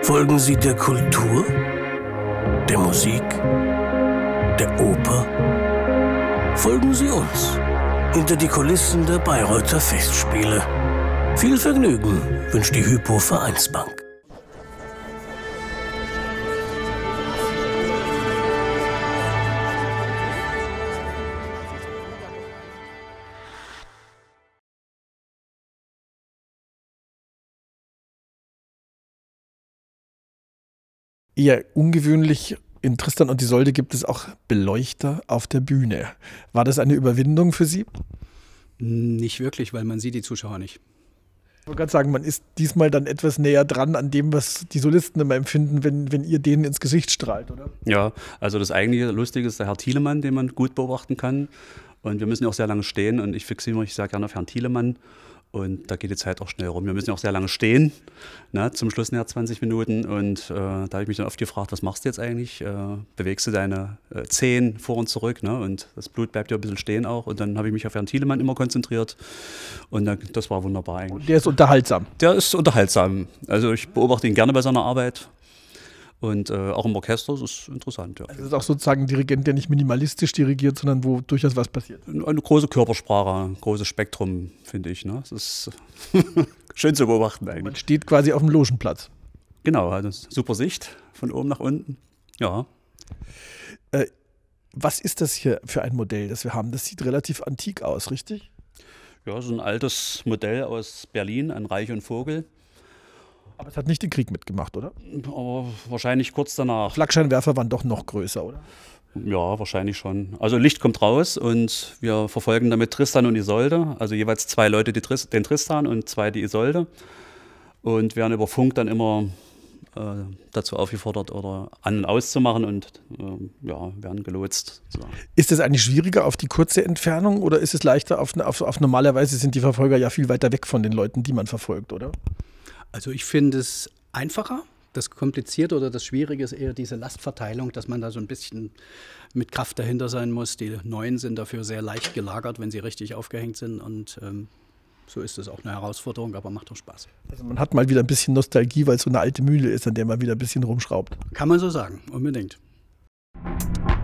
Folgen Sie der Kultur, der Musik, der Oper? Folgen Sie uns hinter die Kulissen der Bayreuther Festspiele. Viel Vergnügen wünscht die Hypo Vereinsbank. Eher ungewöhnlich, in Tristan und Isolde gibt es auch Beleuchter auf der Bühne. War das eine Überwindung für Sie? Nicht wirklich, weil man sieht die Zuschauer nicht. Ich wollte gerade sagen, man ist diesmal dann etwas näher dran an dem, was die Solisten immer empfinden, wenn ihr denen ins Gesicht strahlt, oder? Ja, also das eigentliche Lustige ist der Herr Thielemann, den man gut beobachten kann. Und wir müssen ja auch sehr lange stehen und ich fixiere mich sehr gerne auf Herrn Thielemann. Und da geht die Zeit auch schnell rum. Wir müssen ja auch sehr lange stehen, ne, zum Schluss nachher 20 Minuten. Und da habe ich mich dann oft gefragt, was machst du jetzt eigentlich? Bewegst du deine Zehen vor und zurück? Ne? Und das Blut bleibt ja ein bisschen stehen auch. Und dann habe ich mich auf Herrn Thielemann immer konzentriert. Und das war wunderbar eigentlich. Und der ist unterhaltsam? Der ist unterhaltsam. Also ich beobachte ihn gerne bei seiner Arbeit. Und auch im Orchester, das ist interessant. Ja. Also das ist auch sozusagen ein Dirigent, der nicht minimalistisch dirigiert, sondern wo durchaus was passiert. Eine große Körpersprache, ein großes Spektrum, finde ich. Ne? Das ist schön zu beobachten eigentlich. Man steht quasi auf dem Logenplatz. Genau, also super Sicht von oben nach unten. Ja. Was ist das hier für ein Modell, das wir haben? Das sieht relativ antik aus, richtig? Ja, so ein altes Modell aus Berlin, ein Reich und Vogel. Aber es hat nicht den Krieg mitgemacht, oder? Aber wahrscheinlich kurz danach. Flakscheinwerfer waren doch noch größer, oder? Ja, wahrscheinlich schon. Also Licht kommt raus und wir verfolgen damit Tristan und Isolde. Also jeweils 2 Leute den Tristan und 2 die Isolde. Und werden über Funk dann immer dazu aufgefordert, oder an- und auszumachen und werden gelotst. So. Ist es eigentlich schwieriger auf die kurze Entfernung oder ist es leichter auf normalerweise sind die Verfolger ja viel weiter weg von den Leuten, die man verfolgt, oder? Also ich finde es einfacher. Das Komplizierte oder das Schwierige ist eher diese Lastverteilung, dass man da so ein bisschen mit Kraft dahinter sein muss. Die Neuen sind dafür sehr leicht gelagert, wenn sie richtig aufgehängt sind. Und so ist es auch eine Herausforderung, aber macht auch Spaß. Also man hat mal wieder ein bisschen Nostalgie, weil es so eine alte Mühle ist, an der man wieder ein bisschen rumschraubt. Kann man so sagen, unbedingt.